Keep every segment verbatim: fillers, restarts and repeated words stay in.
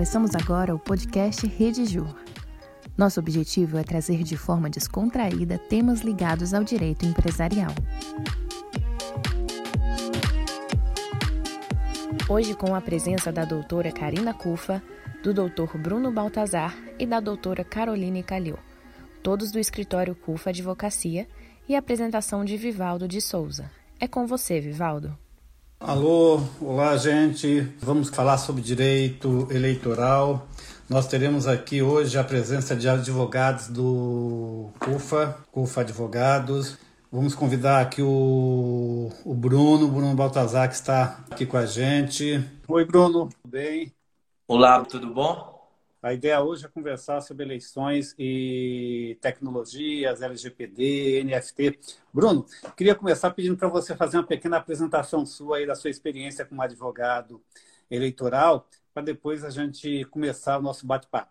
Começamos agora o podcast Rede Jur. Nosso objetivo é trazer de forma descontraída temas ligados ao direito empresarial. Hoje com a presença da doutora Karina Cufa, do doutor Bruno Baltazar e da doutora Caroline Calhau, todos do escritório Cufa Advocacia, e a apresentação de Vivaldo de Souza. É com você, Vivaldo. Alô, olá gente, vamos falar sobre direito eleitoral. Nós teremos aqui hoje a presença de advogados do CUFA, CUFA Advogados. Vamos convidar aqui o, o Bruno, Bruno Baltazar, que está aqui com a gente. Oi Bruno, tudo bem? Olá, tudo bom? A ideia hoje é conversar sobre eleições e tecnologias, L G P D, N F T. Bruno, queria começar pedindo para você fazer uma pequena apresentação sua aí da sua experiência como advogado eleitoral, para depois a gente começar o nosso bate-papo.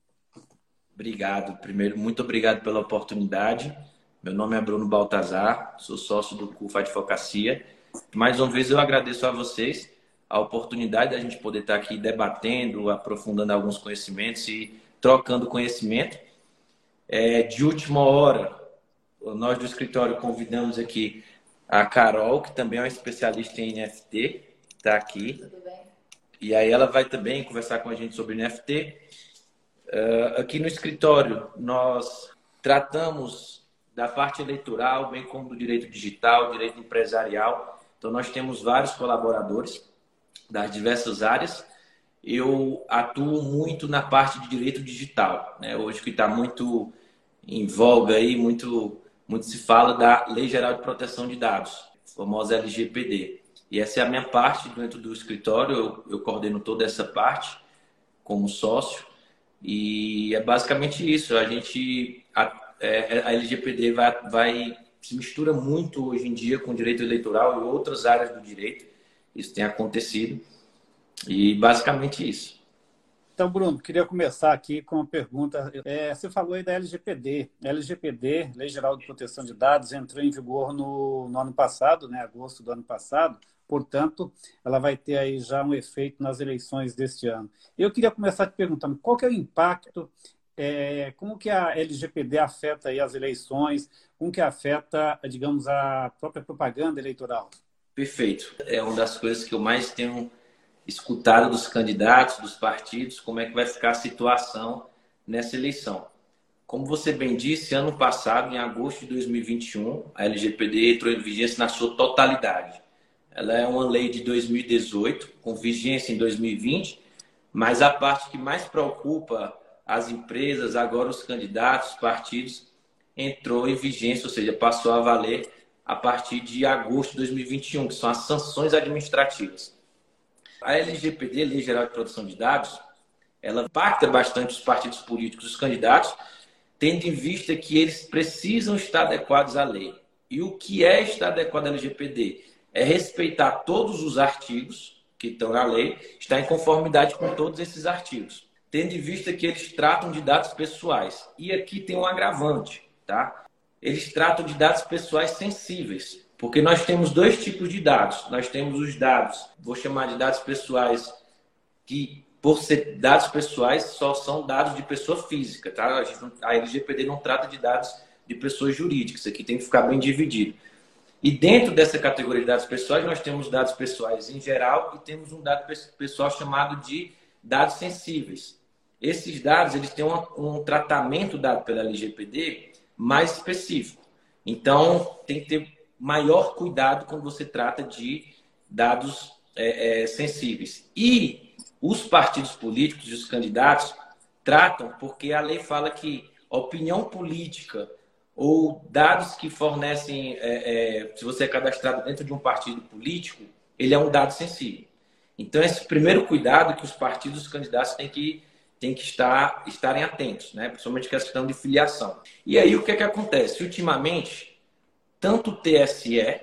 Obrigado. Primeiro, muito obrigado pela oportunidade. Meu nome é Bruno Baltazar, sou sócio do CUFA Advocacia. Mais uma vez eu agradeço a vocês a oportunidade da gente poder estar aqui debatendo, aprofundando alguns conhecimentos e trocando conhecimento. É, de última hora, nós do escritório convidamos aqui a Carol, que também é uma especialista em N F T, está aqui. Tudo bem. E aí ela vai também conversar com a gente sobre N F T. Uh, aqui no escritório, nós tratamos da parte eleitoral, bem como do direito digital, direito empresarial. Então, nós temos vários colaboradores das diversas áreas. Eu atuo muito na parte de direito digital, né? Hoje que está muito em voga aí, muito, muito se fala da Lei Geral de Proteção de Dados, a famosa L G P D. E essa é a minha parte dentro do escritório, eu, eu coordeno toda essa parte como sócio. E é basicamente isso, a gente, a, a L G P D vai, vai, se mistura muito hoje em dia com o direito eleitoral e outras áreas do direito. Isso tem acontecido. E basicamente isso. Então, Bruno, queria começar aqui com uma pergunta. É, você falou aí da L G P D. A L G P D, Lei Geral de Proteção de Dados, entrou em vigor no, no ano passado, né, agosto do ano passado. Portanto, ela vai ter aí já um efeito nas eleições deste ano. Eu queria começar te perguntando qual que é o impacto, é, como que a L G P D afeta aí as eleições, como que afeta, digamos, a própria propaganda eleitoral? Perfeito. É uma das coisas que eu mais tenho escutado dos candidatos, dos partidos, como é que vai ficar a situação nessa eleição. Como você bem disse, ano passado, em agosto de dois mil e vinte e um, a L G P D entrou em vigência na sua totalidade. Ela é uma lei de dois mil e dezoito, com vigência em dois mil e vinte, mas a parte que mais preocupa as empresas, agora os candidatos, os partidos, entrou em vigência, ou seja, passou a valer a partir de agosto de dois mil e vinte e um, que são as sanções administrativas. A L G P D, Lei Geral de Proteção de Dados, ela impacta bastante os partidos políticos, os candidatos, tendo em vista que eles precisam estar adequados à lei. E o que é estar adequado à L G P D? É respeitar todos os artigos que estão na lei, estar em conformidade com todos esses artigos, tendo em vista que eles tratam de dados pessoais. E aqui tem um agravante, tá? Eles tratam de dados pessoais sensíveis, porque nós temos dois tipos de dados. Nós temos os dados, vou chamar de dados pessoais, que por ser dados pessoais só são dados de pessoa física, tá? A, gente não, a L G P D não trata de dados de pessoas jurídicas, isso aqui tem que ficar bem dividido. E dentro dessa categoria de dados pessoais, nós temos dados pessoais em geral e temos um dado pessoal chamado de dados sensíveis. Esses dados eles têm um, um tratamento dado pela L G P D mais específico. Então, tem que ter maior cuidado quando você trata de dados é, é, sensíveis. E os partidos políticos e os candidatos tratam porque a lei fala que opinião política ou dados que fornecem, é, é, se você é cadastrado dentro de um partido político, ele é um dado sensível. Então, esse primeiro cuidado que os partidos e os candidatos têm que tem que estar, estarem atentos, né? Principalmente com a questão de filiação. E aí, o que é que acontece? Ultimamente, tanto o T S E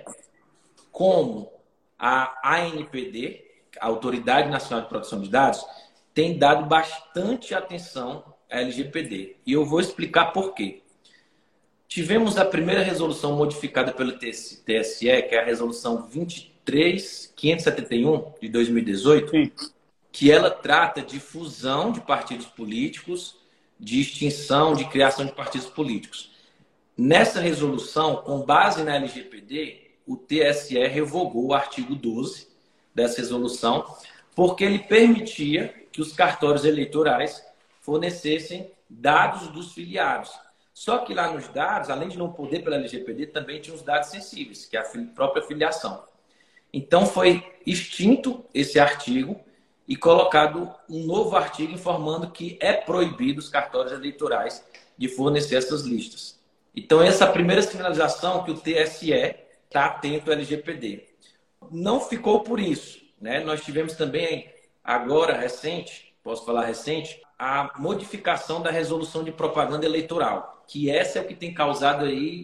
como a A N P D, a Autoridade Nacional de Proteção de Dados, tem dado bastante atenção à L G P D. E eu vou explicar por quê. Tivemos a primeira resolução modificada pelo T S E, que é a resolução vinte e três mil quinhentos e setenta e um, de dois mil e dezoito. Sim. que ela trata de fusão de partidos políticos, de extinção, de criação de partidos políticos. Nessa resolução, com base na L G P D, o T S E revogou o artigo doze dessa resolução, porque ele permitia que os cartórios eleitorais fornecessem dados dos filiados. Só que lá nos dados, além de não poder pela L G P D, também tinha os dados sensíveis, que é a própria filiação. Então foi extinto esse artigo e colocado um novo artigo informando que é proibido os cartórios eleitorais de fornecer essas listas. Então essa é a primeira sinalização que o T S E está atento ao L G P D. Não ficou por isso, né? Nós tivemos também, agora recente, posso falar recente, a modificação da resolução de propaganda eleitoral, que essa é o que tem causado aí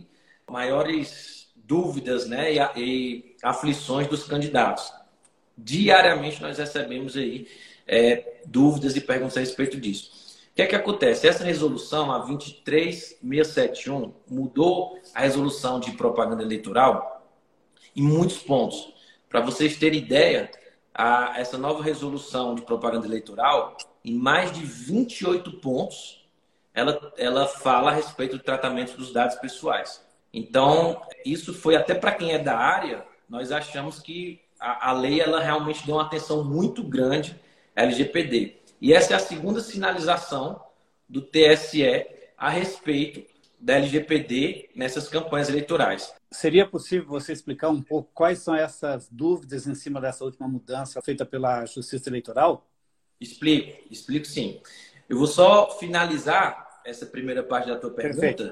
maiores dúvidas, né, e, e aflições dos candidatos. Diariamente nós recebemos aí é, dúvidas e perguntas a respeito disso. O que é que acontece? Essa resolução, a vinte e três mil seiscentos e setenta e um, mudou a resolução de propaganda eleitoral em muitos pontos. Para vocês terem ideia, a, essa nova resolução de propaganda eleitoral, em mais de vinte e oito pontos, ela, ela fala a respeito do tratamento dos dados pessoais. Então, isso foi até para quem é da área, nós achamos que a, a lei ela realmente deu uma atenção muito grande à L G P D. E essa é a segunda sinalização do T S E a respeito da L G P D nessas campanhas eleitorais. Seria possível você explicar um pouco quais são essas dúvidas em cima dessa última mudança feita pela Justiça Eleitoral? Explico, explico sim. Eu vou só finalizar essa primeira parte da tua pergunta. Perfeito.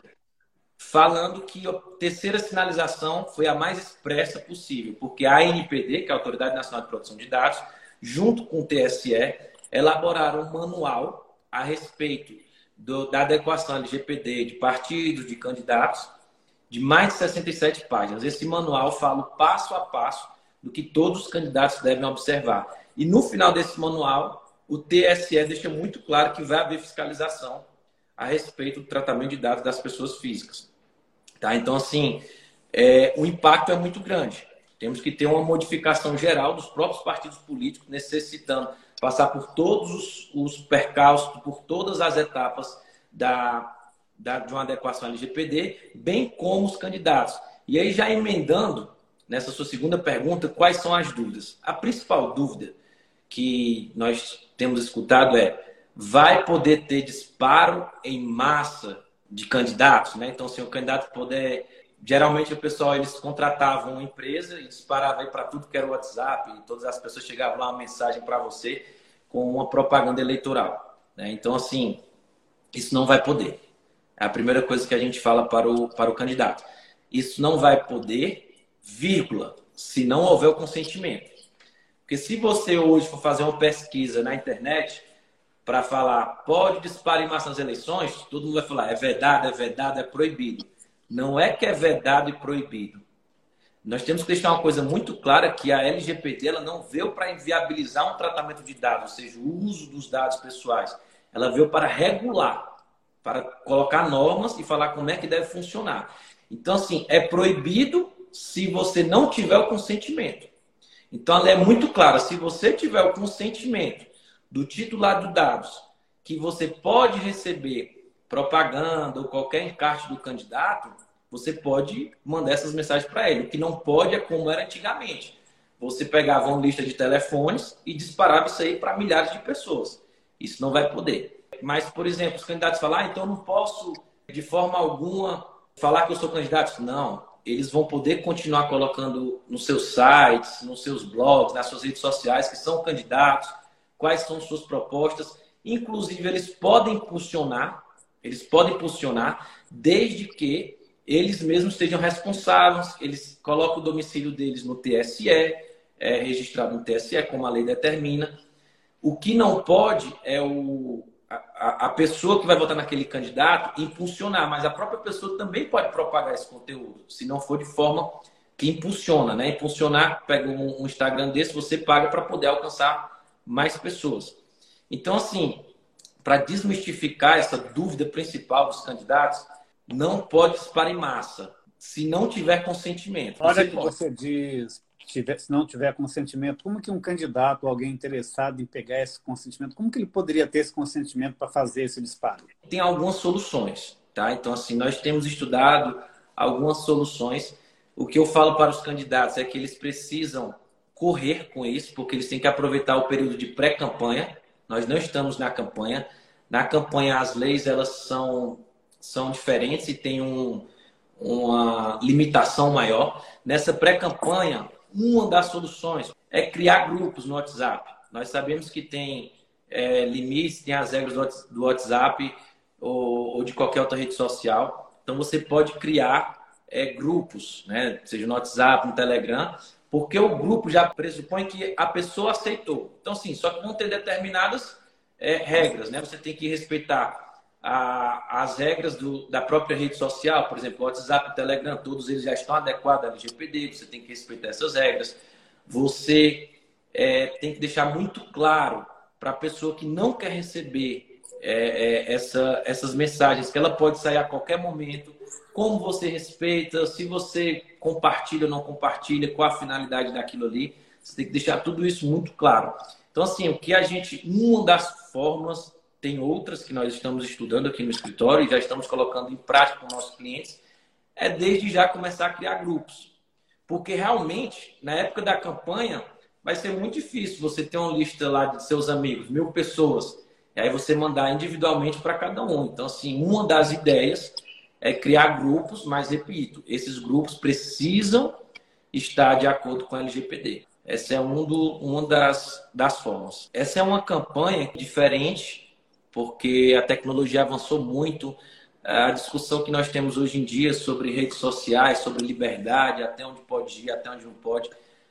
Falando que a terceira sinalização foi a mais expressa possível, porque a A N P D, que é a Autoridade Nacional de Proteção de Dados, junto com o T S E, elaboraram um manual a respeito do, da adequação L G P D de partidos, de candidatos, de mais de sessenta e sete páginas. Esse manual fala o passo a passo do que todos os candidatos devem observar. E no final desse manual, o T S E deixa muito claro que vai haver fiscalização a respeito do tratamento de dados das pessoas físicas. Tá? Então, assim, é, o impacto é muito grande. Temos que ter uma modificação geral dos próprios partidos políticos, necessitando passar por todos os, os percalços, por todas as etapas da, da, de uma adequação L G P D, bem como os candidatos. E aí, já emendando nessa sua segunda pergunta, quais são as dúvidas? A principal dúvida que nós temos escutado é: vai poder ter disparo em massa de candidatos, né? Então, se o candidato puder... Geralmente, o pessoal, eles contratavam uma empresa e disparavam para tudo que era o WhatsApp, e todas as pessoas chegavam lá uma mensagem para você com uma propaganda eleitoral, né? Então, assim, isso não vai poder. É a primeira coisa que a gente fala para o, para o candidato. Isso não vai poder, vírgula, se não houver o consentimento. Porque se você hoje for fazer uma pesquisa na internet para falar pode disparar em massa nas eleições, todo mundo vai falar é vedado, é vedado, é proibido. Não é que é vedado e proibido. Nós temos que deixar uma coisa muito clara, que a L G P D ela não veio para inviabilizar um tratamento de dados, ou seja, o uso dos dados pessoais. Ela veio para regular, para colocar normas e falar como é que deve funcionar. Então, assim, é proibido se você não tiver o consentimento. Então, ela é muito clara. Se você tiver o consentimento do titular de dados, que você pode receber propaganda ou qualquer encarte do candidato, você pode mandar essas mensagens para ele. O que não pode é como era antigamente. Você pegava uma lista de telefones e disparava isso aí para milhares de pessoas. Isso não vai poder. Mas, por exemplo, os candidatos falam, ah, então eu não posso, de forma alguma, falar que eu sou candidato. Não. Eles vão poder continuar colocando nos seus sites, nos seus blogs, nas suas redes sociais, que são candidatos, quais são suas propostas. Inclusive, eles podem impulsionar, eles podem impulsionar, desde que eles mesmos estejam responsáveis, eles colocam o domicílio deles no T S E, é registrado no T S E, como a lei determina. O que não pode é o, a, a pessoa que vai votar naquele candidato impulsionar, mas a própria pessoa também pode propagar esse conteúdo, se não for de forma que impulsiona, né? Impulsionar, pega um, um Instagram desse, você paga para poder alcançar mais pessoas. Então, assim, para desmistificar essa dúvida principal dos candidatos, não pode disparar em massa. se não tiver consentimento. Na hora Você que pode. você diz, tiver, se não tiver consentimento, como que um candidato, alguém interessado em pegar esse consentimento, como que ele poderia ter esse consentimento para fazer esse disparo? Tem algumas soluções, tá? Então, assim, nós temos estudado algumas soluções. O que eu falo para os candidatos é que eles precisam correr com isso, porque eles têm que aproveitar o período de pré-campanha. Nós não estamos na campanha. Na campanha, as leis elas são, são diferentes e tem um, uma limitação maior. Nessa pré-campanha, uma das soluções é criar grupos no WhatsApp. Nós sabemos que tem é, limites, tem as regras do WhatsApp ou, ou de qualquer outra rede social. Então, você pode criar é, grupos, né? Seja no WhatsApp, no Telegram, porque o grupo já pressupõe que a pessoa aceitou. Então, sim, só que vão ter determinadas é, regras, né? Você tem que respeitar a, as regras do, da própria rede social, por exemplo, o WhatsApp, o Telegram, todos eles já estão adequados à L G P D, você tem que respeitar essas regras. Você é, tem que deixar muito claro para a pessoa que não quer receber é, é, essa, essas mensagens, que ela pode sair a qualquer momento, como você respeita, se você compartilha ou não compartilha, qual a finalidade daquilo ali. Você tem que deixar tudo isso muito claro. Então, assim, o que a gente... Uma das formas, tem outras que nós estamos estudando aqui no escritório e já estamos colocando em prática com nossos clientes, é desde já começar a criar grupos. Porque realmente, na época da campanha, vai ser muito difícil você ter uma lista lá de seus amigos, mil pessoas, e aí você mandar individualmente para cada um. Então, assim, uma das ideias é criar grupos, mas repito, esses grupos precisam estar de acordo com a L G P D. Essa é um do, uma das, das formas. Essa é uma campanha diferente, porque a tecnologia avançou muito. A discussão que nós temos hoje em dia sobre redes sociais, sobre liberdade, até onde pode ir, até onde não pode.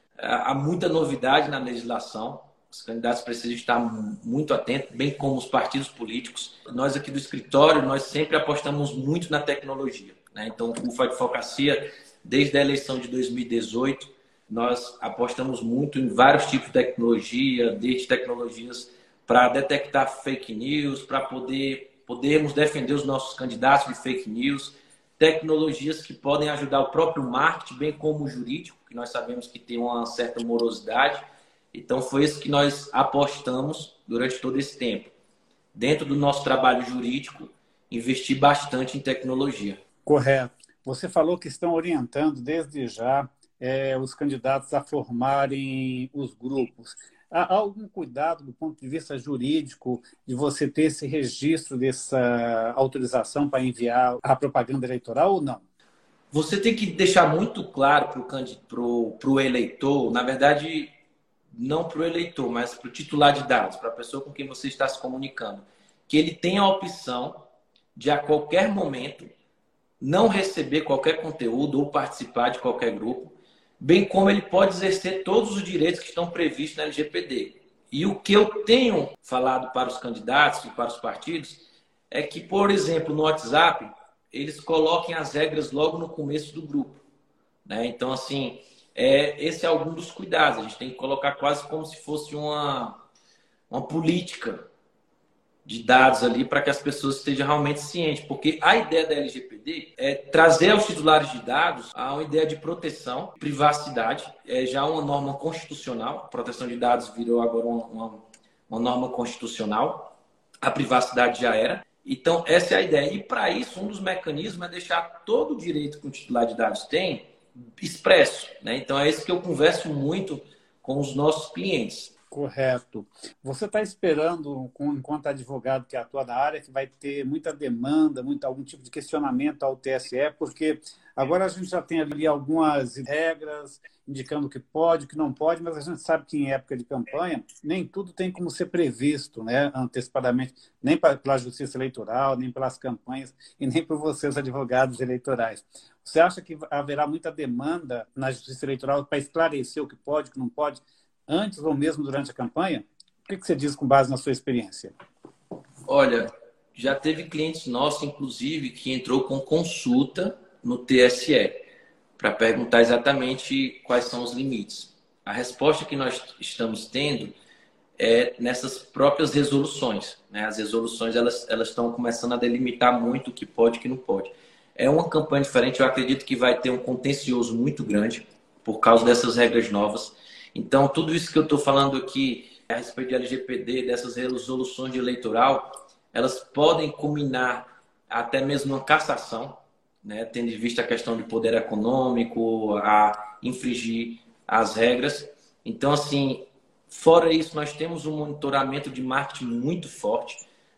Há muita novidade na legislação. Os candidatos precisam estar muito atentos, bem como os partidos políticos. Nós aqui do escritório, nós sempre apostamos muito na tecnologia, né? Então, o CUFA Advocacia, desde a eleição de dois mil e dezoito, nós apostamos muito em vários tipos de tecnologia, desde tecnologias para detectar fake news, para poder, podermos defender os nossos candidatos de fake news, tecnologias que podem ajudar o próprio marketing, bem como o jurídico, que nós sabemos que tem uma certa morosidade. Então, foi isso que nós apostamos durante todo esse tempo. Dentro do nosso trabalho jurídico, investir bastante em tecnologia. Correto. Você falou que estão orientando desde já é, os candidatos a formarem os grupos. Há algum cuidado do ponto de vista jurídico de você ter esse registro dessa autorização para enviar a propaganda eleitoral ou não? Você tem que deixar muito claro para o eleitor, na verdade, não para o eleitor, mas para o titular de dados, para a pessoa com quem você está se comunicando, que ele tem a opção de, a qualquer momento, não receber qualquer conteúdo ou participar de qualquer grupo, bem como ele pode exercer todos os direitos que estão previstos na L G P D. E o que eu tenho falado para os candidatos e para os partidos é que, por exemplo, no WhatsApp, eles coloquem as regras logo no começo do grupo, né? Então, assim, é, esse é algum dos cuidados. A gente tem que colocar quase como se fosse uma, uma política de dados ali para que as pessoas estejam realmente cientes. Porque a ideia da L G P D é trazer aos titulares de dados a uma ideia de proteção, privacidade. É já uma norma constitucional. A proteção de dados virou agora uma, uma, uma norma constitucional. A privacidade já era. Então, essa é a ideia. E, para isso, um dos mecanismos é deixar todo o direito que o titular de dados tem expresso, né? Então, é isso que eu converso muito com os nossos clientes. Correto. Você está esperando, enquanto advogado que atua na área, que vai ter muita demanda, muito, algum tipo de questionamento ao T S E, porque agora a gente já tem ali algumas regras indicando o que pode, o que não pode, mas a gente sabe que em época de campanha nem tudo tem como ser previsto, né, antecipadamente, nem pela Justiça Eleitoral, nem pelas campanhas e nem por vocês, advogados eleitorais. Você acha que haverá muita demanda na Justiça Eleitoral para esclarecer o que pode, o que não pode, antes ou mesmo durante a campanha? O que você diz com base na sua experiência? Olha, já teve clientes nossos, inclusive, que entrou com consulta no T S E para perguntar exatamente quais são os limites. A resposta que nós estamos tendo é nessas próprias resoluções, né? As resoluções elas, elas estão começando a delimitar muito o que pode e o que não pode. é uma campanha diferente. Eu acredito que vai ter um contencioso muito grande por causa dessas regras novas. Então, tudo isso que eu estou falando aqui a respeito de L G P D, dessas resoluções de eleitoral, elas podem culminar até mesmo numa cassação, né, tendo em vista a questão de poder econômico, a infringir as regras. Então, assim, fora isso, nós temos um monitoramento de marketing muito forte.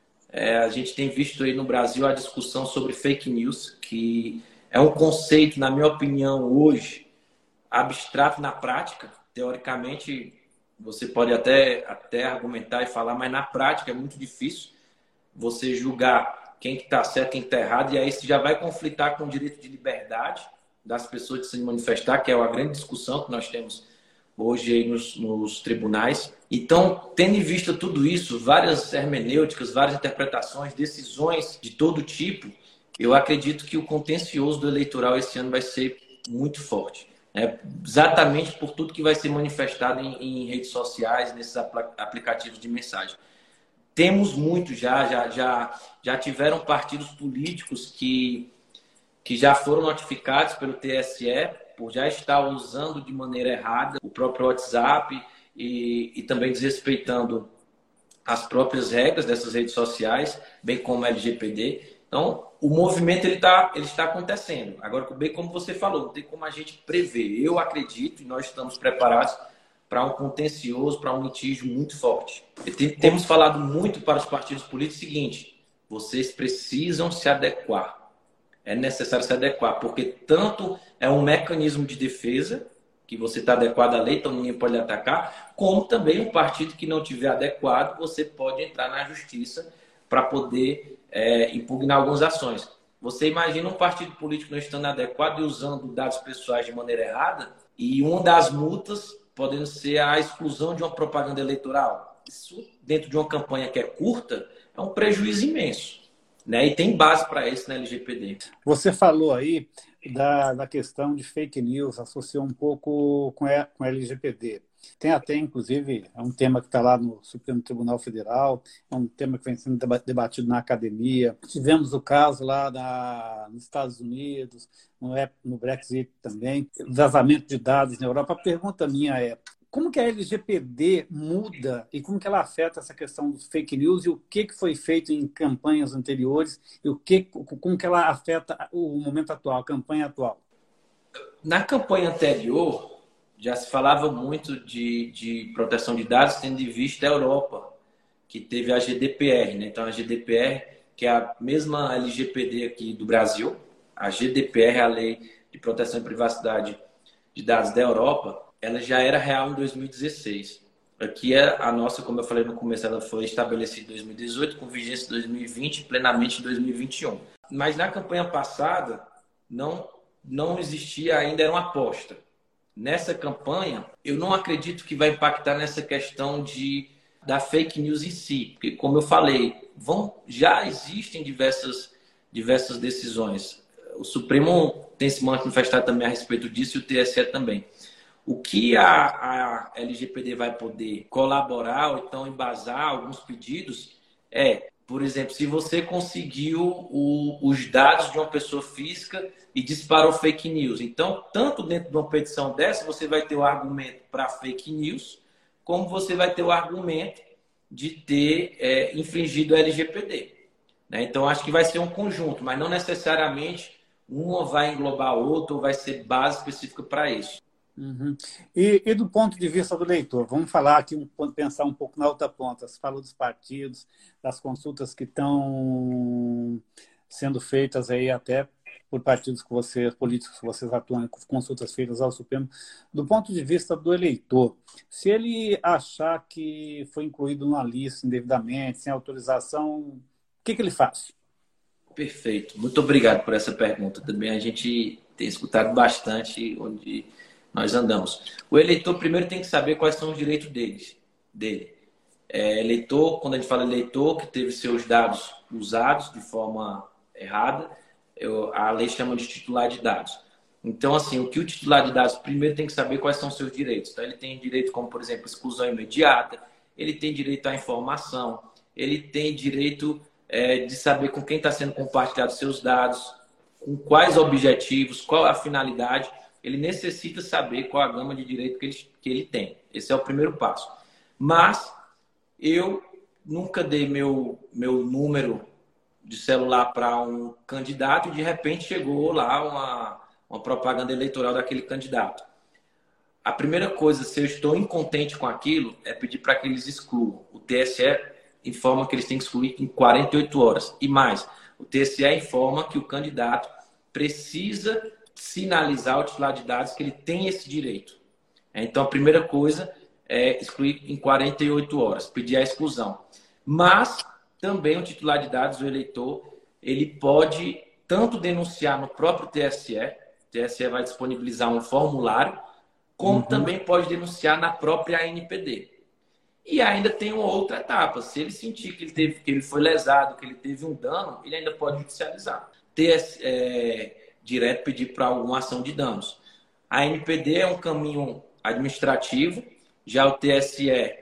É, a gente tem visto aí no Brasil a discussão sobre fake news, que é um conceito, na minha opinião, hoje, abstrato na prática. Teoricamente, você pode até, até argumentar e falar, mas na prática é muito difícil você julgar quem está certo, quem está errado, e aí isso já vai conflitar com o direito de liberdade das pessoas de se manifestar, que é uma grande discussão que nós temos hoje aí nos, nos tribunais. Então, tendo em vista tudo isso, várias hermenêuticas, várias interpretações, decisões de todo tipo, eu acredito que o contencioso do eleitoral esse ano vai ser muito forte. Né? Exatamente por tudo que vai ser manifestado em, em redes sociais, nesses aplicativos de mensagem. Temos muito já, já, já, já tiveram partidos políticos que, que já foram notificados pelo T S E por já estar usando de maneira errada o próprio WhatsApp e, e também desrespeitando as próprias regras dessas redes sociais, bem como a L G P D. Então, o movimento ele tá, ele está acontecendo. Agora, bem como você falou, não tem como a gente prever. Eu acredito e nós estamos preparados para um contencioso, para um litígio muito forte. E temos falado muito para os partidos políticos o seguinte: vocês precisam se adequar. É necessário se adequar, porque tanto é um mecanismo de defesa, que você está adequado à lei, então ninguém pode lhe atacar, como também um partido que não tiver adequado, você pode entrar na justiça para poder é, impugnar algumas ações. Você imagina um partido político não estando adequado e usando dados pessoais de maneira errada, e uma das multas podendo ser a exclusão de uma propaganda eleitoral. Isso, dentro de uma campanha que é curta, é um prejuízo imenso. Né? E tem base para isso na L G P D. Você falou aí da, da questão de fake news, associou um pouco com a, com a L G P D. Tem até, inclusive, é um tema que está lá no Supremo Tribunal Federal, é um tema que vem sendo debatido na academia. Tivemos o caso lá da, nos Estados Unidos, no, no Brexit também, vazamento de dados na Europa. A pergunta minha é: como que a L G P D muda e como que ela afeta essa questão dos fake news e o que, que foi feito em campanhas anteriores e o que, como que ela afeta o momento atual, a campanha atual? Na campanha anterior, já se falava muito de, de proteção de dados, tendo em vista a Europa, que teve a G D P R. Né? Então, a G D P R, que é a mesma L G P D aqui do Brasil, a G D P R, a Lei de Proteção e Privacidade de Dados da Europa, ela já era real em dois mil e dezesseis. Aqui é a nossa, como eu falei no começo, ela foi estabelecida em dois mil e dezoito, com vigência em dois mil e vinte, plenamente em dois mil e vinte e um. Mas na campanha passada, não, não existia ainda, era uma aposta. Nessa campanha, eu não acredito que vai impactar nessa questão de, da fake news em si. Porque, como eu falei, vão, já existem diversas, diversas decisões. O Supremo tem se manifestado também a respeito disso e o T S E também. O que a, a L G P D vai poder colaborar ou então embasar alguns pedidos é, por exemplo, se você conseguiu o, os dados de uma pessoa física e disparou fake news. Então, tanto dentro de uma petição dessa, você vai ter o argumento para fake news, como você vai ter o argumento de ter é, infringido a L G P D. Né? Então, acho que vai ser um conjunto, mas não necessariamente uma vai englobar a outra ou vai ser base específica para isso. Uhum. E, e do ponto de vista do leitor, vamos falar aqui, um, pensar um pouco na outra ponta. Você falou dos partidos, das consultas que estão sendo feitas aí até por partidos que vocês, políticos que vocês atuam, consultas feitas ao Supremo. Do ponto de vista do eleitor, se ele achar que foi incluído numa lista indevidamente, sem autorização, o que, que ele faz? Perfeito. Muito obrigado por essa pergunta. Também a gente tem escutado bastante onde nós andamos. O eleitor primeiro tem que saber quais são os direitos deles, dele. É, eleitor, quando a gente fala eleitor que teve seus dados usados de forma errada, eu, a lei chama de titular de dados. Então, assim, o que o titular de dados primeiro tem que saber quais são os seus direitos. Então, ele tem direito como, por exemplo, exclusão imediata, ele tem direito à informação, ele tem direito é, de saber com quem está sendo compartilhados seus dados, com quais objetivos, qual a finalidade, ele necessita saber qual a gama de direito que ele, que ele tem. Esse é o primeiro passo. Mas eu nunca dei meu, meu número de celular para um candidato e de repente chegou lá uma, uma propaganda eleitoral daquele candidato. A primeira coisa, se eu estou incontente com aquilo, é pedir para que eles excluam. O T S E informa que eles têm que excluir em quarenta e oito horas. E mais, o T S E informa que o candidato precisa sinalizar ao titular de dados que ele tem esse direito. Então, a primeira coisa é excluir em quarenta e oito horas, pedir a exclusão. Mas também o titular de dados, o eleitor, ele pode tanto denunciar no próprio T S E, o T S E vai disponibilizar um formulário, como uhum. também pode denunciar na própria A N P D. E ainda tem uma outra etapa. Se ele sentir que ele, teve, que ele foi lesado, que ele teve um dano, ele ainda pode judicializar. T S E, é, direto pedir para alguma ação de danos. A N P D é um caminho administrativo, já o T S E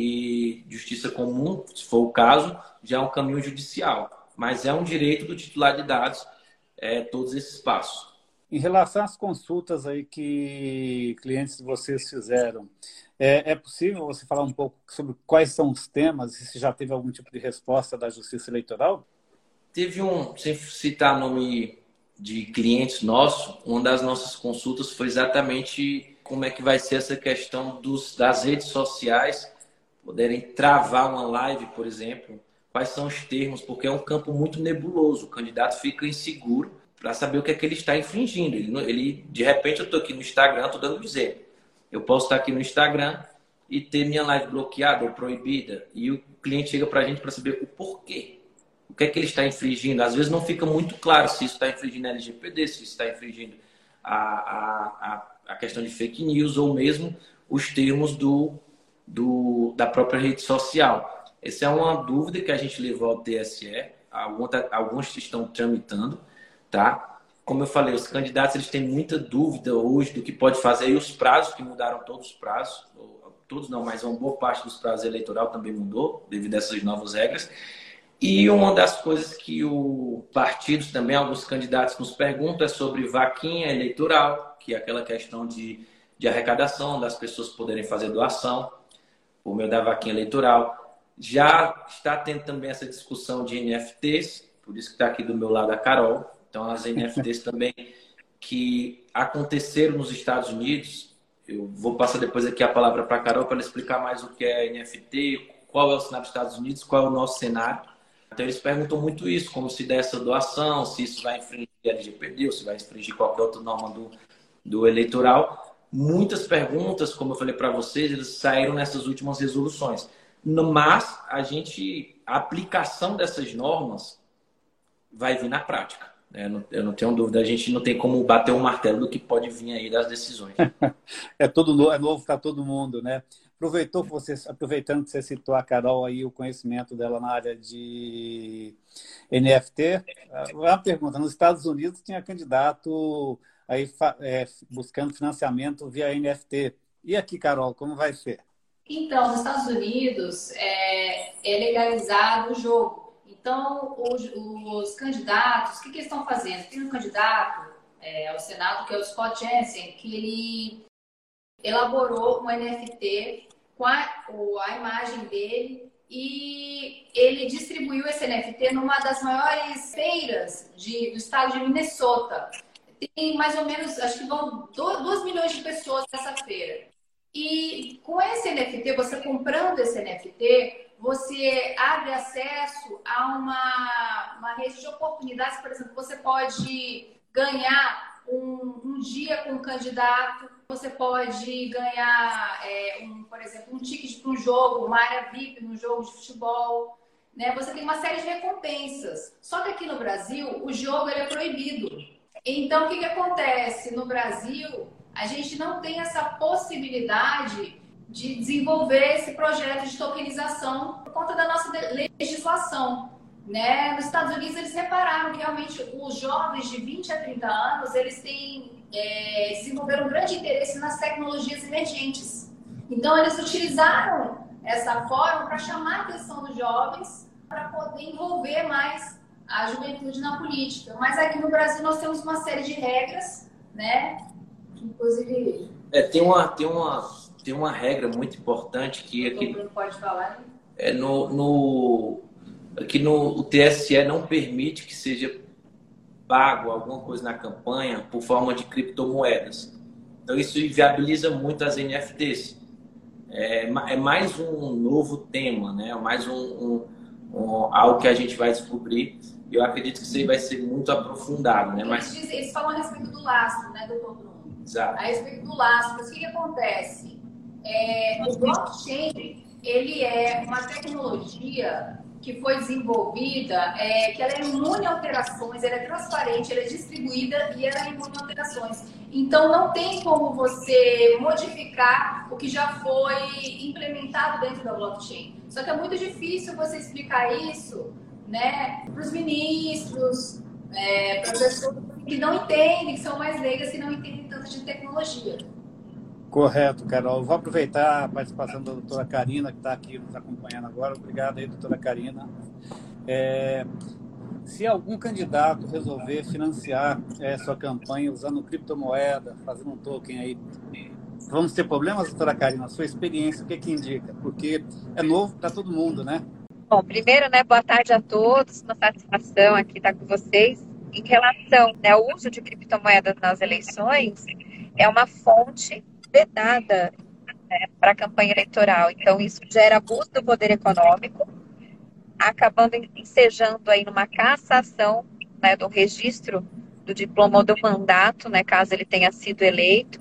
e Justiça Comum, se for o caso, já é um caminho judicial. Mas é um direito do titular de dados é, todos esses passos. Em relação às consultas aí que clientes de vocês fizeram, é, é possível você falar um pouco sobre quais são os temas e se já teve algum tipo de resposta da Justiça Eleitoral? Teve um, sem citar nome de clientes nossos, uma das nossas consultas foi exatamente como é que vai ser essa questão dos, das redes sociais poderem travar uma live, por exemplo, quais são os termos, porque é um campo muito nebuloso, o candidato fica inseguro para saber o que é que ele está infringindo. Ele, ele de repente, eu estou aqui no Instagram, estou dando um exemplo. Eu posso estar aqui no Instagram e ter minha live bloqueada ou proibida, e o cliente chega para a gente para saber o porquê. O que é que ele está infringindo? Às vezes não fica muito claro se isso está infringindo a L G P D, se isso está infringindo a, a, a questão de fake news ou mesmo os termos do, do, da própria rede social. Essa é uma dúvida que a gente levou ao T S E. Alguns estão tramitando, tá? Como eu falei, os candidatos eles têm muita dúvida hoje do que pode fazer. E os prazos, que mudaram todos os prazos, todos não, mas uma boa parte dos prazos eleitoral também mudou devido a essas novas regras. E uma das coisas que os partidos também, alguns candidatos nos perguntam é sobre vaquinha eleitoral, que é aquela questão de, de arrecadação, das pessoas poderem fazer doação por meio da vaquinha eleitoral. Já está tendo também essa discussão de N F Ts, por isso que está aqui do meu lado a Carol. Então, as N F Ts também que aconteceram nos Estados Unidos, eu vou passar depois aqui a palavra para a Carol para ela explicar mais o que é N F T, qual é o cenário dos Estados Unidos, qual é o nosso cenário. Então, eles perguntam muito isso, como se der essa doação, se isso vai infringir a L G P D ou se vai infringir qualquer outra norma do, do eleitoral. Muitas perguntas, como eu falei para vocês, eles saíram nessas últimas resoluções. Mas a gente, a aplicação dessas normas vai vir na prática. Eu não, eu não tenho dúvida, a gente não tem como bater o martelo do que pode vir aí das decisões. É tudo novo, é novo para todo mundo, né? Aproveitou que você, aproveitando que você citou a Carol aí, o conhecimento dela na área de N F T, uma pergunta, nos Estados Unidos tinha candidato aí é, buscando financiamento via N F T. E aqui, Carol, como vai ser? Então, nos Estados Unidos é, é legalizado o jogo. Então, os, os candidatos, o que, que eles estão fazendo? Tem um candidato é, ao Senado, que é o Scott Jensen, que ele elaborou um N F T com a, a imagem dele e ele distribuiu esse N F T numa das maiores feiras de, do estado de Minnesota. Tem mais ou menos, acho que vão dois milhões de pessoas nessa feira. E com esse N F T, você comprando esse N F T, você abre acesso a uma, uma rede de oportunidades. Por exemplo, você pode ganhar um, um dia com um candidato, você pode ganhar, é, um, por exemplo, um ticket para um jogo, uma área V I P no jogo de futebol. Né? Você tem uma série de recompensas. Só que aqui no Brasil, o jogo ele é proibido. Então, o que, que acontece? No Brasil, a gente não tem essa possibilidade de desenvolver esse projeto de tokenização por conta da nossa legislação. Né? Nos Estados Unidos, eles repararam que realmente os jovens de vinte a trinta anos, eles têm, é, desenvolveram um grande interesse nas tecnologias emergentes. Então, eles utilizaram essa forma para chamar a atenção dos jovens, para poder envolver mais a juventude na política. Mas aqui no Brasil nós temos uma série de regras, né? Inclusive... É, tem uma, tem uma, tem uma regra muito importante que aqui... Não pode falar, hein? É no, no, aqui no o T S E não permite que seja pago alguma coisa na campanha por forma de criptomoedas. Então, isso inviabiliza muito as N F Ts. É, é mais um novo tema, né? Mais um, um, um, algo que a gente vai descobrir. Eu acredito que isso aí vai ser muito aprofundado, né? Mas... Eles, dizem, eles falam a respeito do lastro, né, doutor Bruno? Exato. A respeito do lastro. Mas o que, que acontece? É, o blockchain, ele é uma tecnologia que foi desenvolvida, é, que ela é imune a alterações, ela é transparente, ela é distribuída e ela é imune a alterações. Então, não tem como você modificar o que já foi implementado dentro da blockchain. Só que é muito difícil você explicar isso, né, para os ministros, é, para as pessoas que não entendem, que são mais leigas, que não entendem tanto de tecnologia. Correto, Carol. Vou aproveitar a participação da doutora Karina, que está aqui nos acompanhando agora. Obrigado aí, doutora Karina. É, se algum candidato resolver financiar é, sua campanha usando criptomoeda, fazendo um token aí, vamos ter problemas, doutora Karina? A sua experiência, o que que indica? Porque é novo para todo mundo, né? Bom, primeiro, né, boa tarde a todos. Uma satisfação aqui estar com vocês. Em relação, né, ao uso de criptomoedas nas eleições, é uma fonte vedada, né, para a campanha eleitoral. Então, isso gera abuso do poder econômico, acabando ensejando aí numa cassação, né, do registro do diploma ou do mandato, né, caso ele tenha sido eleito,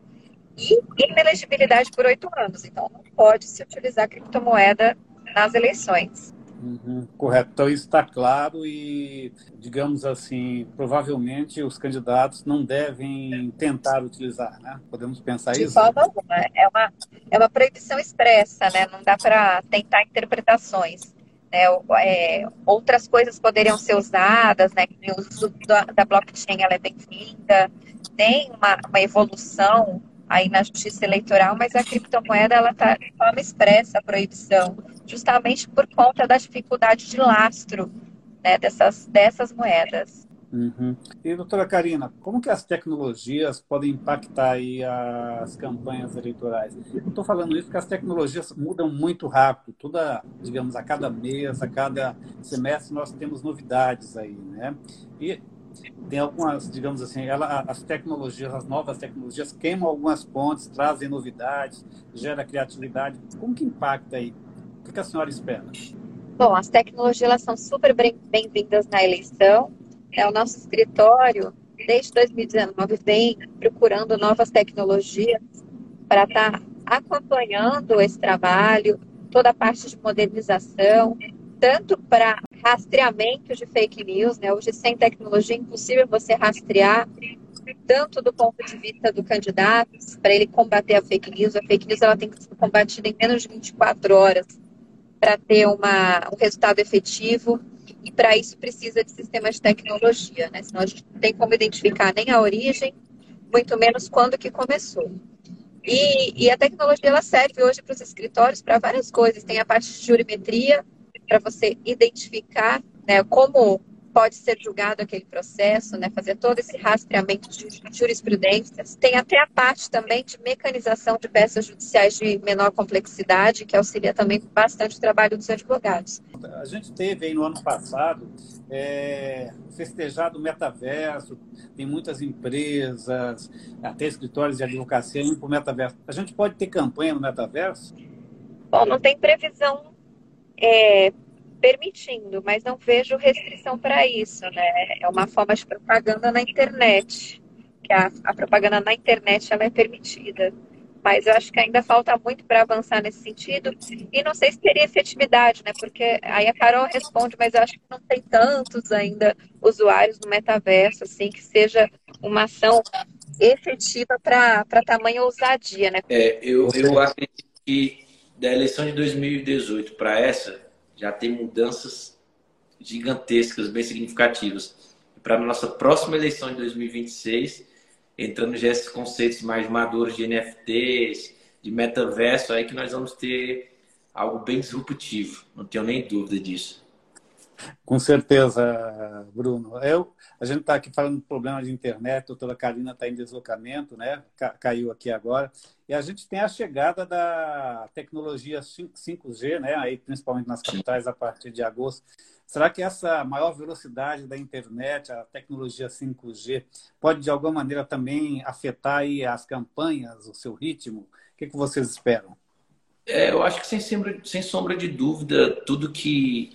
e inelegibilidade por oito anos. Então, não pode se utilizar criptomoeda nas eleições. Uhum, correto. Então, isso está claro e, digamos assim, provavelmente os candidatos não devem tentar utilizar, né? Podemos pensar De isso? De forma alguma. É uma, é uma proibição expressa, né? Não dá para tentar interpretações. Né? É, outras coisas poderiam ser usadas, né? O uso da, da blockchain ela é bem-vinda, tem uma, uma evolução aí na justiça eleitoral, mas a criptomoeda ela está de forma expressa a proibição, justamente por conta da dificuldade de lastro, né, dessas, dessas moedas. Uhum. E, doutora Karina, como que as tecnologias podem impactar aí as campanhas eleitorais? Eu estou falando isso porque as tecnologias mudam muito rápido. Toda, digamos, a cada mês, a cada semestre, nós temos novidades aí, né? E tem algumas, digamos assim, ela, as tecnologias, as novas tecnologias queimam algumas pontes, trazem novidades, gera criatividade. Como que impacta aí? O que a senhora espera? Bom, as tecnologias elas são super bem-vindas na eleição. É, o nosso escritório, desde dois mil e dezenove, vem procurando novas tecnologias para estar tá acompanhando esse trabalho, toda a parte de modernização, tanto para rastreamento de fake news, né? Hoje, sem tecnologia, é impossível você rastrear, tanto do ponto de vista do candidato, para ele combater a fake news. A fake news ela tem que ser combatida em menos de vinte e quatro horas para ter uma, um resultado efetivo, e para isso precisa de sistemas de tecnologia, né? Senão a gente não tem como identificar nem a origem, muito menos quando que começou. E, e a tecnologia ela serve hoje para os escritórios para várias coisas. Tem a parte de jurimetria, para você identificar, né, como pode ser julgado aquele processo, né, fazer todo esse rastreamento de jurisprudências. Tem até a parte também de mecanização de peças judiciais de menor complexidade, que auxilia também bastante o trabalho dos advogados. A gente teve aí no ano passado é, festejado o metaverso, tem muitas empresas, até escritórios de advocacia indo para o metaverso. A gente pode ter campanha no metaverso? Bom, não tem previsão é, permitindo, mas não vejo restrição para isso, né? É uma forma de propaganda na internet, que a, a propaganda na internet ela é permitida, mas eu acho que ainda falta muito para avançar nesse sentido, e não sei se teria efetividade, né? Porque aí a Carol responde, mas eu acho que não tem tantos ainda usuários no metaverso, assim, que seja uma ação efetiva para tamanha ousadia, né? É, eu, eu acredito que da eleição de dois mil e dezoito para essa, já tem mudanças gigantescas, bem significativas. Para a nossa próxima eleição de dois mil e vinte e seis, entrando já esses conceitos mais maduros de N F Ts, de metaverso, aí que nós vamos ter algo bem disruptivo. Não tenho nem dúvida disso. Com certeza, Bruno. Eu, a gente está aqui falando de problema de internet, a doutora Karina está em deslocamento, né? Ca- Caiu aqui agora. E a gente tem a chegada da tecnologia cinco G, né? Aí, principalmente nas Sim. capitais, a partir de agosto. Será que essa maior velocidade da internet, a tecnologia cinco G, pode, de alguma maneira, também afetar aí as campanhas, o seu ritmo? O que que vocês esperam? É, eu acho que sem sombra, sem sombra de dúvida, tudo que,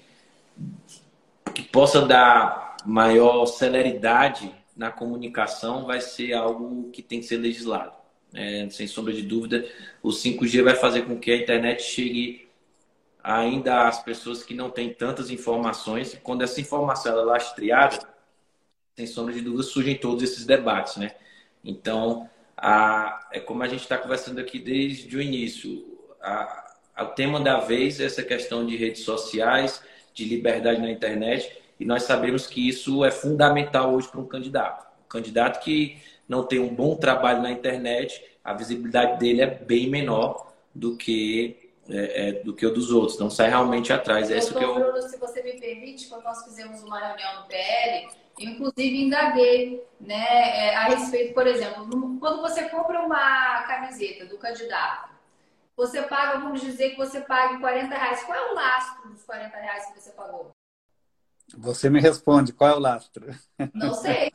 que possa dar maior celeridade na comunicação vai ser algo que tem que ser legislado. É, sem sombra de dúvida, o cinco G vai fazer com que a internet chegue ainda às pessoas que não têm tantas informações. E quando essa informação ela é lastreada, sem sombra de dúvida, surgem todos esses debates, né? Então, a, é como a gente está conversando aqui desde o início. A, a, o tema da vez é essa questão de redes sociais, de liberdade na internet, e nós sabemos que isso é fundamental hoje para um candidato. Um candidato que não tem um bom trabalho na internet, a visibilidade dele é bem menor do que, é, é, do que o dos outros. Não sai realmente atrás. É isso que eu... Bruno, se você me permite, quando nós fizemos uma reunião no P L, eu, inclusive, indaguei, né, é, a respeito, por exemplo, no, quando você compra uma camiseta do candidato, você paga, vamos dizer que você pague quarenta reais. Qual é o lastro dos quarenta reais que você pagou? Você me responde, qual é o lastro? Não sei.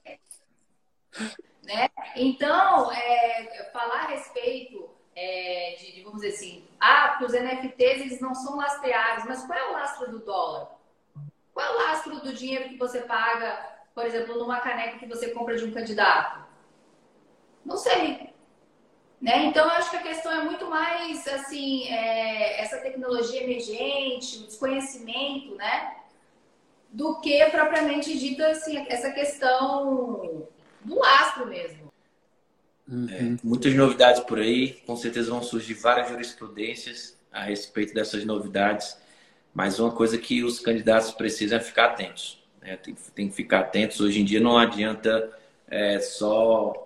Né? Então, é, falar a respeito é, de, de, vamos dizer assim, ah, que os N F Ts eles não são lastreáveis, mas qual é o lastro do dólar? Qual é o lastro do dinheiro que você paga, por exemplo, numa caneca que você compra de um candidato? Não sei. Né? Então, eu acho que a questão é muito mais, assim, é, essa tecnologia emergente, o desconhecimento, né? Do que propriamente dita, assim, essa questão do lastro mesmo. É, muitas novidades por aí, com certeza vão surgir várias jurisprudências a respeito dessas novidades, mas uma coisa que os candidatos precisam é ficar atentos, né? Tem, tem que ficar atentos. Hoje em dia não adianta é, só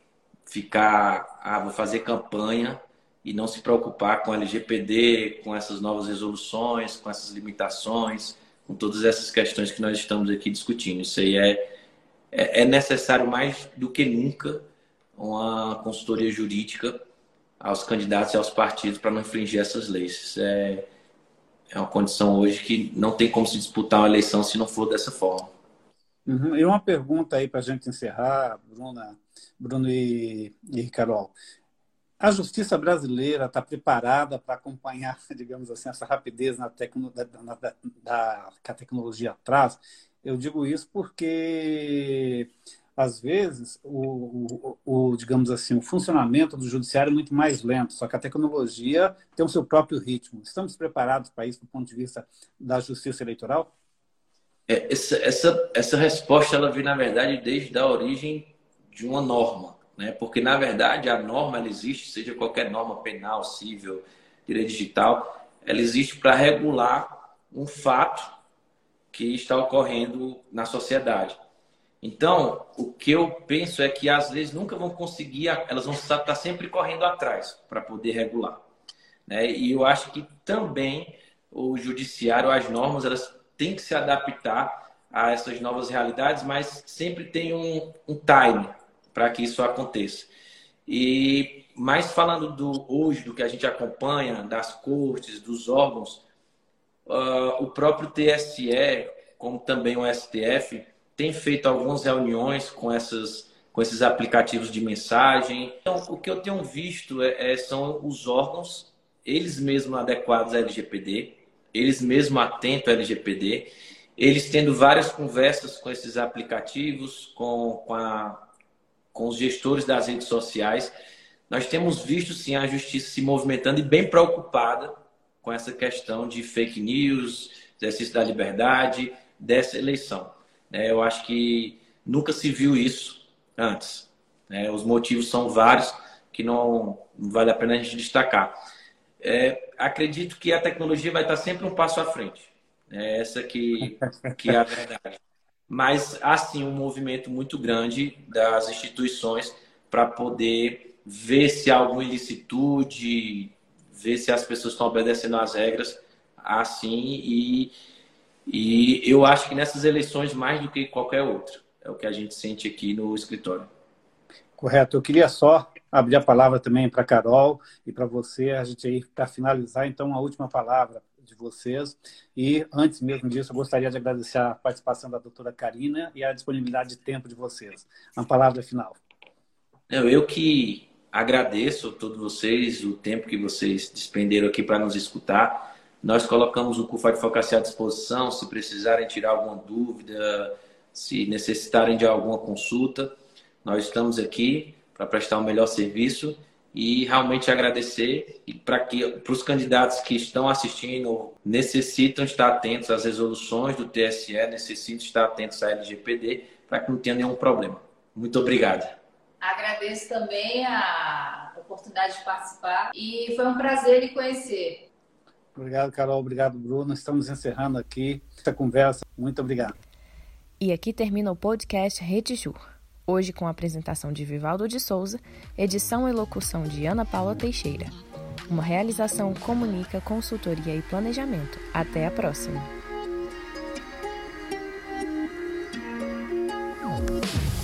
ficar, ah, vou fazer campanha e não se preocupar com L G P D, com essas novas resoluções, com essas limitações, com todas essas questões que nós estamos aqui discutindo. Isso aí é, é, é necessário mais do que nunca uma consultoria jurídica aos candidatos e aos partidos para não infringir essas leis. Isso é, é uma condição hoje que não tem como se disputar uma eleição se não for dessa forma. Uhum. E uma pergunta aí para a gente encerrar, Bruna, Bruno e, e Carol. A justiça brasileira está preparada para acompanhar, digamos assim, essa rapidez na tecno, da, da, da, da, que a tecnologia traz? Eu digo isso porque, às vezes, o, o, o, digamos assim, o funcionamento do judiciário é muito mais lento, só que a tecnologia tem o seu próprio ritmo. Estamos preparados para isso do ponto de vista da justiça eleitoral? É, essa, essa, essa resposta ela vem, na verdade, desde a origem de uma norma. Né? Porque, na verdade, a norma ela existe, seja qualquer norma penal, civil, direito digital, ela existe para regular um fato que está ocorrendo na sociedade. Então, o que eu penso é que as leis nunca vão conseguir, elas vão estar sempre correndo atrás para poder regular. Né? E eu acho que também o judiciário, as normas, elas têm que se adaptar a essas novas realidades, mas sempre tem um, um time para que isso aconteça. E mais falando do hoje, do que a gente acompanha, das cortes, dos órgãos, uh, o próprio T S E, como também o S T F, tem feito algumas reuniões com, essas, com esses aplicativos de mensagem. Então, o que eu tenho visto é, é, são os órgãos, eles mesmos adequados à L G P D, eles mesmos atentos à L G P D, eles tendo várias conversas com esses aplicativos, com, com a com os gestores das redes sociais. Nós temos visto, sim, a justiça se movimentando e bem preocupada com essa questão de fake news, exercício da liberdade, dessa eleição. Eu acho que nunca se viu isso antes. Os motivos são vários que não vale a pena a gente destacar. É, acredito que a tecnologia vai estar sempre um passo à frente. É essa que, que é a verdade. Mas há sim um movimento muito grande das instituições para poder ver se há alguma ilicitude, ver se as pessoas estão obedecendo às regras, assim, e, E eu acho que nessas eleições, mais do que qualquer outra, é o que a gente sente aqui no escritório. Correto. Eu queria só abrir a palavra também para a Carol e para você, a gente aí, para finalizar, então, a última palavra de vocês. E, antes mesmo disso, eu gostaria de agradecer a participação da doutora Karina e a disponibilidade de tempo de vocês. Uma palavra final. Eu, eu que agradeço a todos vocês, o tempo que vocês despenderam aqui para nos escutar. Nós colocamos o CUFA Advocacia à disposição, se precisarem tirar alguma dúvida, se necessitarem de alguma consulta. Nós estamos aqui para prestar o melhor serviço e realmente agradecer. E para que para os candidatos que estão assistindo, necessitam estar atentos às resoluções do T S E, necessitam estar atentos à L G P D, para que não tenha nenhum problema. Muito obrigado. Agradeço também a oportunidade de participar e foi um prazer lhe conhecer. Obrigado, Carol. Obrigado, Bruno. Estamos encerrando aqui essa conversa. Muito obrigado. E aqui termina o podcast Rede Jur. Hoje com a apresentação de Vivaldo de Souza, edição e locução de Ana Paula Teixeira. Uma realização Comunica, Consultoria e Planejamento. Até a próxima.